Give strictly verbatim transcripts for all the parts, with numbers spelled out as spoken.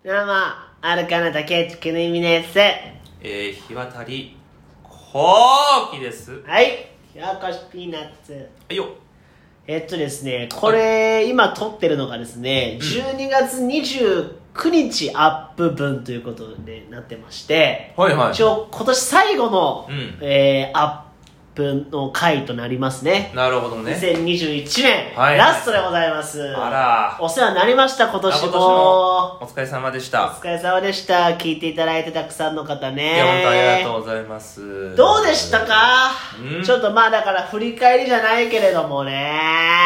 どうも、アルカナ竹内くぬみです。 えー、日渡りこうきです。 はい、ようこしピーナッツ。 はいよ。 えっとですね、これ、はい、今撮ってるのがですね、うん、じゅうにがつにじゅうくにちアップ分ということでなってまして、 はいはい。 一応今年最後の、 うん、 えー、アップの回となりますね。 なるほどね。 にせんにじゅういちねん、 はい、 ラストでございます。 あら、 お世話になりました、今年も。 今年もお疲れ様でした。 お疲れ様でした。聞いていただいてたくさんの方ね。 いや、本当ありがとうございます。 どうでしたか？ うん、 ちょっとまあだから振り返りじゃないけれどもね。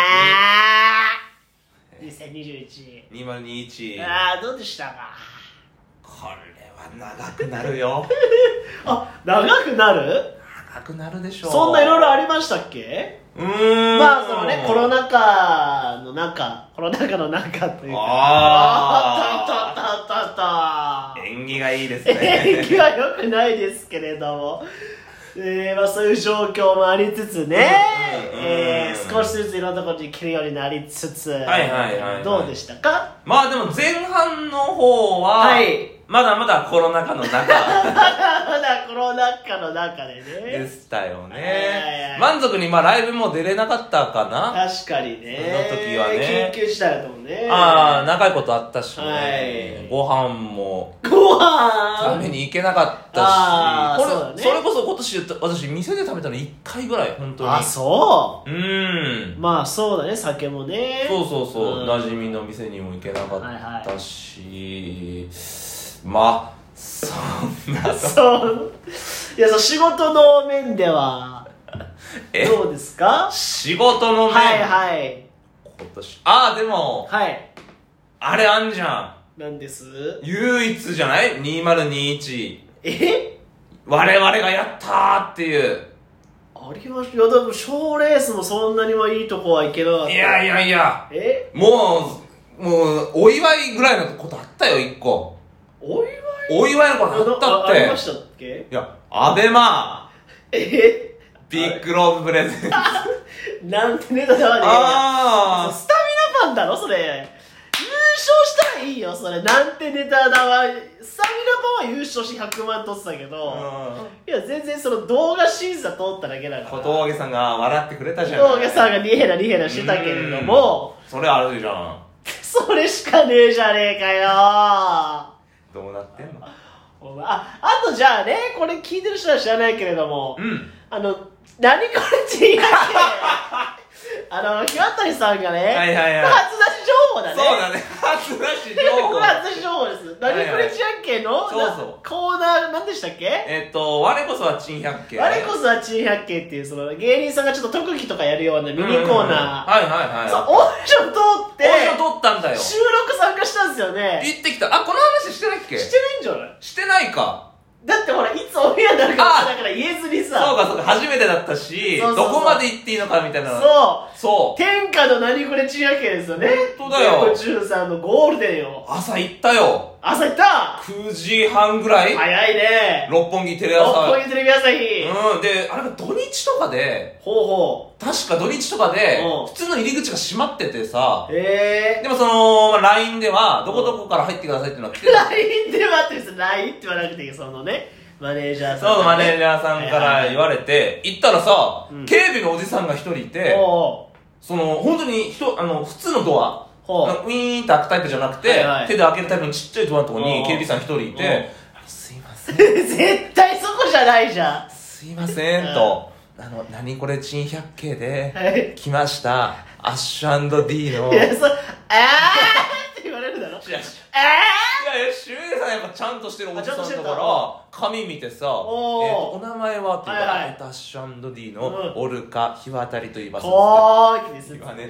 にせんにじゅういち。 にせんにじゅういち。 ああ、どうでしたか？ これは長くなるよ。 あ、長くなる？ 長くなるでしょう。 そんないろいろありましたっけ？ うーん。 まあそのね、コロナ禍の中、コロナ禍の中というか。 ああったあったあったあった。 縁起がいいですね。 縁起は良くないですけれども。えーまあ、そういう状況もありつつね、うんうんうん、えー、少しずついろんなところに行けるようになりつつ、 はいはいはい、はい、 どうでしたか？ まあでも前半の方は、はい、まだまだコロナ禍の中まだまだコロナ禍の中でねでしたよね。満足にまあライブも出れなかったかな。 確かにね。 その時はね、 緊急事態だったもんね。 ああ、長いことあったしね、 はい、 ご飯もご飯食べに行けなかったし、 あこれそうだね、 それこそ今年私店で食べたのいっかいぐらい、本当に。 あ、そううーん、 まあそうだね、酒もね、 そうそうそう、うん、馴染みの店にも行けなかったし、はいはい、まあそんなそういや、そう、仕事の面ではどうですか？ 仕事の面、 はいはい、 今年、ああでも、 はい、 あれあんじゃん。 なんです？ 唯一じゃない？ にせんにじゅういち。 え？ 我々がやったーっていう。 ありました。いや、でも賞レースもそんなにはいいとこはいけなかった。 いやいやいや、 え？ もうもうお祝いぐらいのことあったよ、一個。 お祝い？ お祝いのことあったって。 あ、ありましたっけ？ いや、アベマえ？ ビッグローブプレゼンツなんてネタだわね。 ああ、 スタミナパンだろそれ。優勝したらいいよそれ。なんてネタだわ。スタミナパンは優勝してひゃくまん取ってたけど、いや全然その動画審査通っただけだから。 小峠さんが笑ってくれたじゃん。 小峠さんがニヘラニヘラしてたけれども、 それあるじゃん。 それしかねえじゃねえかよ。 どうなってんの？ お前、あ、あとじゃあね、これ聞いてる人は知らないけれども、 うん、 あの、何これって言い訳あの、ひわたりさんがね、 はいはいはい、 初出し情報だね。 そうだね、初出し情報。 初出し情報です。何これ珍百景の、はいはい、そうそう、コーナー、何でしたっけ？ えっと、我こそは珍百景。 我こそは珍百景っていう、その芸人さんがちょっと特技とかやるようなミニコーナー。うんうんうん、はいはいはい。 そう、オーディション通って、 オーディション通ったんだよ。 収録参加したんですよね。 行ってきた。あ、この話してないっけ？ してないんじゃない？ してないか。 だってほら、いつオンエアになるかだから言えずにさ。 そうかそうか、初めてだったし、そうそうそう、どこまで行っていいのかみたいな。 そうそう。 天下の何これ珍百景ですよね。 本当だよ。 じゅうさんのゴールデンよ。 朝行ったよ。 朝行った ? くじはんぐらい早いね。 六本木テレ朝。 六本木テレビ朝日。 うん。で、あれが土日とかで、 ほうほう。確か土日とかで、普通の入り口が閉まっててさ、 へー。 でもその、ライン では、どこどこから入ってくださいっていうのが来てる。 ライン ではってです、ライン って言わなくていい、そのね。マネージャーさん、ね、 そう、マネージャーさんから言われて、行ったらさ、うん、警備のおじさんが一人いて、その、本当に人、あの、普通のドア、ウィーンって開くタイプじゃなくて、はいはい、手で開けるタイプのちっちゃいドアのとこに警備さん一人いて、すいません。 絶対そこじゃないじゃん。 すいません、と、あの、何これ珍百景で、来ました、アッシュ&ディーの。 いや、そ、あーって言われるだろ。 いや、 あーいやいや、シュウエイさんやっぱちゃんとしてるおじさんだから紙見てさ、えー、とお名前はって言ったら、はいはい、アッシュ&ディのオルカ日渡りと言いますって言わねって、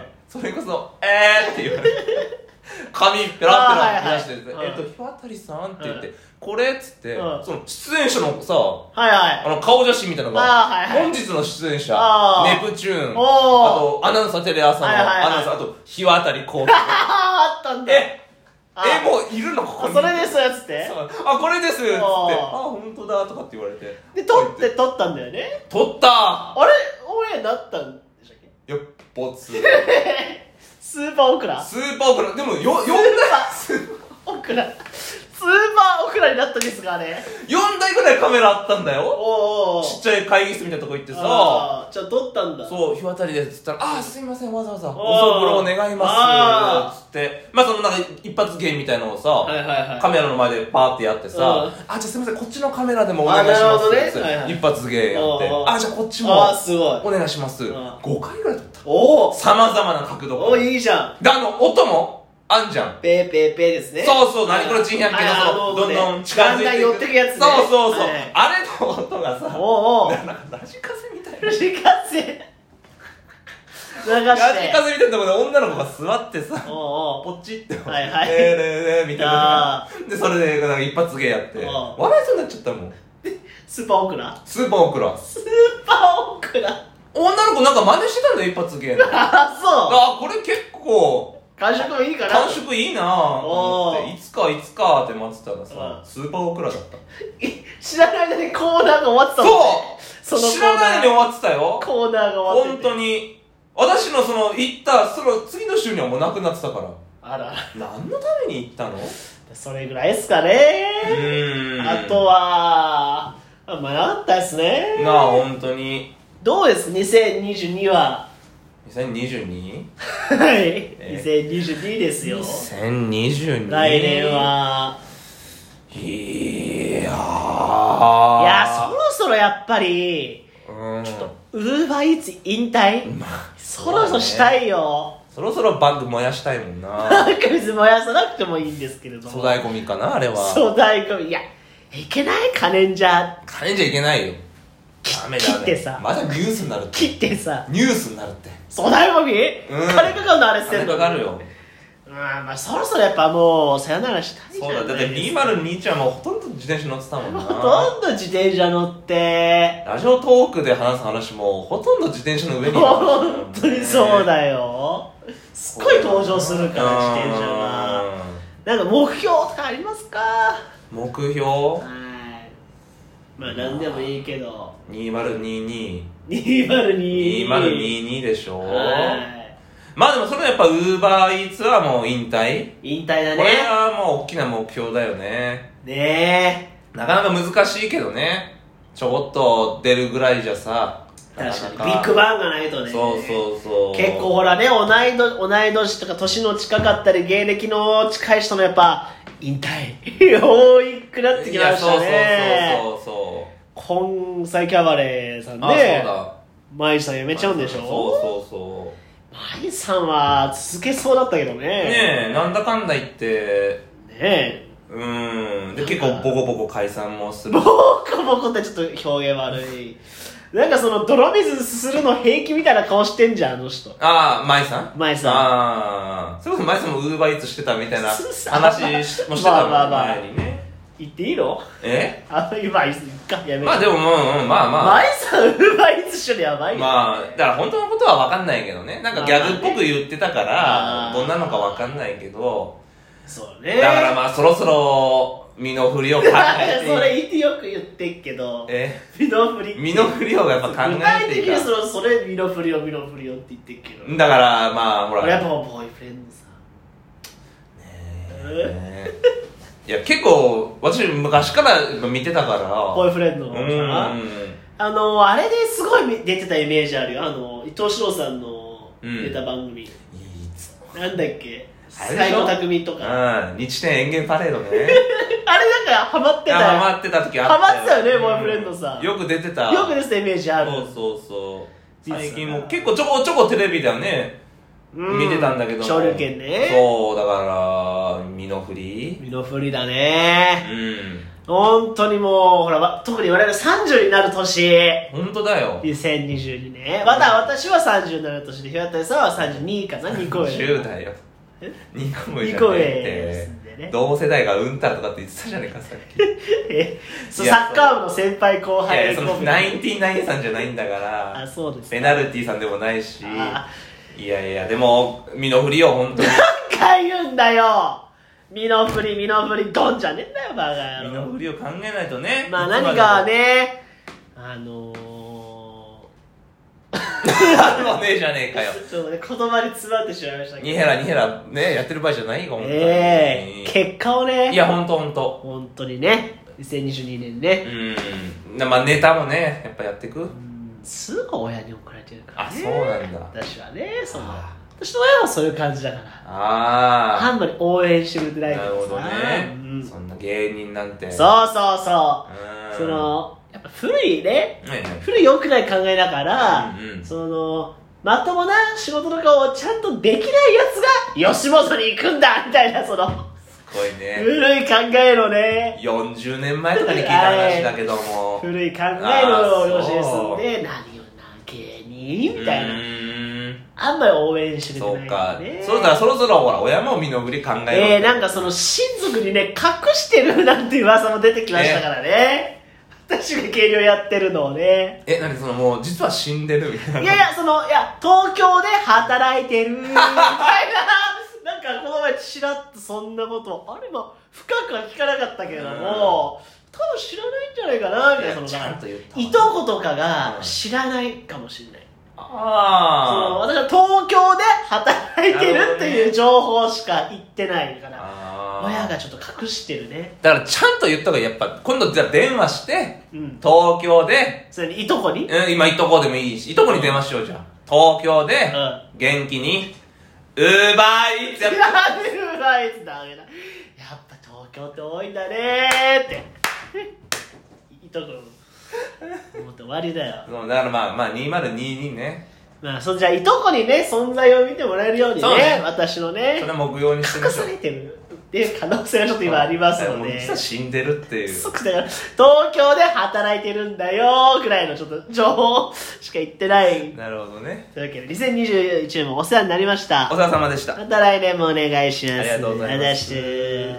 それこそえーって言われて紙ペラペラ出してて、えっと日渡りさんって言って、これっつって、その出演者のさ、 はいはい、 あの顔写真みたいなのが、はいはい、本日の出演者ネプチューン、あとアナウンサーテレ朝のアナウンサー、あと日渡りこうあったんだ。 ええ、もういるのここに。 それですやつって。 あ、これですっつって。あ、本当だとかって言われて。 で、撮って撮ったんだよね。 撮った。 あれ、オンエアなったんでしたっけ？ よっぽつ。 スーパーオクラ。 スーパーオクラ。でもよ、よんだ。 スーパーオクラ。 ったですかあれ。 よんだいぐらいカメラあったんだよ。 おーおーちっちゃい会議室みたいなとこ行ってさ、 あじゃあ撮ったんだ。 そう、日渡りでっつったら、あーすいません、わざわざおおーそぼろを願いあますつって、まあそのなんか一発芸みたいのをさ、 はいはいはいカメラの前でパーってやってさ、 うんあ、じゃあすいません、こっちのカメラでもお願いしますあなるほどねつってはいはい一発芸やって、 おーあ、じゃあこっちもあーすごいお願いします。 んごかいぐらい撮った。 おおさまざまな角度おーいいじゃん。 で、あの、音もあんじゃん。 ペーペーペーですね。 そうそう、何これ珍百景のはいその、どんどん近づいてだんだん寄ってくやつね。 そうそうそう。 はいあれの音がさ、 おうおう。 なんかラジカセみたいな。 ラジカセ。流して。 ラジカセみたいなところで女の子が座ってさ、 おうおう。 ポチって、 はいはいねえねえねえみたいなあ。 で、それでなんか一発芸やって、 うん笑いそうになっちゃったもん。 スーパーオクラスーパーオクラ。 スーパーオクラ。 女の子なんか真似してたんだよ、一発芸の。 あ、そう。 あ、これ結構、 感触もいいかな。 感触いいなぁと思って、 おーいつかいつかって待ってたらさう、んスーパーオクラだった。 知らない間にコーナーが終わってたもんね。 そうその知らないのに終わってたよ。 コーナーが終わって本て。 当に。私のその行ったその次の週にはもうなくなってたから。 あら。 何のために行ったの？うそれぐらいですかね。 ーん。 あとは、あんまなかったですね。 なあ、本当に。 どうですにせんにじゅうには。 にせんにじゅうに？ はい。 えにせんにじゅうにですよ。 にせんにじゅうに？ 来年は。 いやー。いいや、そろそろやっぱり、 うん。ちょっと、 ウーバーイーツ引退、 まあ、 そろそろしたいよ。 そろそろバッグ燃やしたいもんな。 なんか別に燃やさなくてもいいんですけれども。 粗大ゴミかな、あれは。 粗大ゴミ。いや、いけない金じゃ、 金じゃいけないよ。ダメだね。 切ってさまだニュースになるって。 切ってさ、 ニュースになるって。 粗大ゴミ、 うん金かかるのあれ捨て金るのかかるよ。 うん、まあそろそろやっぱもう、さよならしたいじゃそうだ、だってにまるにいちはもうほとんど自転車乗ってたもんな。 ほとんど自転車乗って、 ラジオトークで話す話もほとんど自転車の上にいる話だもんね。 本当にそうだよ。すっごい登場するから、自転車が。なんか目標とかありますか？ 目標はい。まあ何でもいいけど。 にまるにに。 にまるに。 にまるににでしょ。 はい。 まあでもそれはやっぱウーバーイーツはもう引退。 引退だね。 これはもう大きな目標だよね。 ねなかなか難しいけどね。ちょこっと出るぐらいじゃさ。 え。確かに。 なビッグバンがないとね。 そうそうそう。 結構ほらね、同いど同い年とか年の近かったり、芸歴の近い人のやっぱ、引退。多くなってきましたね。 そうそうそうそう。 根菜キャバレーさんあ、そうね。 だ。 マイさん辞めちゃうんでしょ？ そうそうそう。 マイさんは続けそうだったけどね。 ねえ、なんだかんだ言って、 ねえ。 うーん。で、結構ボコボコ解散もする。 ボコボコってちょっと表現悪い。なんかその泥水するの平気みたいな顔してんじゃん、あの人。 ああ、舞さん舞さんああ。それこそ舞さんもウーバーイーツしてたみたいなそうそう話もしてたもん、 まあまあまあ前にね。 言っていいの？ えあの今いいかやめて。 まあでも、うんうん、まあまあ。 マイさんウーバーイーツ一緒にやばいよ。 まあ、だから本当のことは分かんないけどね。なんかギャグっぽく言ってたから、 あーどんなのか分かんないけど、 そうね。 だからまあそろそろ身の振りを考えて。 それ言ってよく言ってっけど。 え身の振りって。 身の振りをやっぱ考具体えていか的にそのそれ身の振りを身の振りをって言ってっけど。 だからまあほら。 俺やっぱボーイフレンドさ。 ねいや結構私昔から見てたからボーイフレンドうさ。 んあの、あれですごい出てたイメージあるよ。あの、伊藤四郎さんの出た番組。 いいつなんだっけあれでしょ斎藤匠とか。 うん日天演芸パレードねあれなんかハマってたよ。 ハマってた時あったハマってたよねボーイフレンドさうんよく出てたよく出てたイメージある。 そうそうそう最近も結構ちょこちょこテレビではねうん見てたんだけども昇竜拳ね。 そうだから身の振り身の振りだね。 うん本当にもう、ほら、わ特に我々さんじゅうになる年。 本当だよにせんにじゅうにね。また私はさんじゅうになる年で、ひわたりさんはさんじゅうにかな、にこ上。 じゅうだよえにこ上じゃにこ上ねですんえってでね。 同世代がうんたらとかって言ってたじゃねえかさっきえそういやサッカー部の先輩後いやい輩やそのナインティナインさんじゃないんだからあ、そうですか。 ペナルティーさんでもないしあいやいやでも身の振りよ本当に何回言うんだよ身の振り、身の振り、ドンじゃねえんだよ、バカ身野郎。 の振りを考えないとねまあいつまでも何かね、あのあもうねえじゃねえかよー、ちょっとね、言葉に詰まってしまいましたけど。 ニヘラニヘラねやってる場合じゃないよ本当にええ結果をね、 いや本当本当本当にね、 にせんにじゅうにねんね。 うん。まあネタもね、やっぱやっていく。うん。 すぐ親に怒られてるからね。 あ、そうなんだ。 私はね、その私の親はそういう感じだから。 ああ。 あんまり応援してくれてないからさ。 なるほどね。うん、そんな芸人なんて。 そうそうそう。そのやっぱ古いね、はいはい、古い良くない考えだから、うんうん、そのまともな仕事とかをちゃんとできないやつが吉本に行くんだみたいな、そのすごいね、 古い考えのね、 よんじゅうねんまえとかに聞いた話だけども、 古い考えの吉本で何をな芸人みたいな、あんまり応援してくれてない、ね、 そうか。そうだからそろそろほら親も身の振り考えろ。 えー、なんかその親族にね隠してるなんていう噂も出てきましたからね。私が芸人をやってるのをね。 え、なにそのもう実は死んでるみたいな。 いやいや、そのいや東京で働いてるみたいな。なんかこの前ちらっとそんなことあれも深くは聞かなかったけれども、多分知らないんじゃないかなみたいな。そのちゃんと言ったいとことかが知らないかもしれない。 ああ。 その私は東京で働いてるっていう情報しか言ってないから。親がちょっと隠してるね。 だからちゃんと言った方がやっぱ今度じゃあ電話して、うん、東京でそれにいとこに、 うん、今いとこでもいいし、いとこに電話しようじゃん。東京で、うん、元気にウーバーイーツやってウーバーイーツダメだ。やっぱ東京って多いんだねーっていとこもっと終わりだよ。 そうだからまあまあにせんにじゅうにね、 まあ、そじゃあいとこにね存在を見てもらえるように ね, ね私のねそれは目標にして隠されてるっていう可能性はちょっと今ありますので、 実は死んでるっていう、 そうだから東京で働いてるんだよぐらいのちょっと情報しか言ってない。 なるほどね。 というわけでにせんにじゅういちねんもお世話になりました。 お世話様でした。 また来年もお願いします。 ありがとうございます。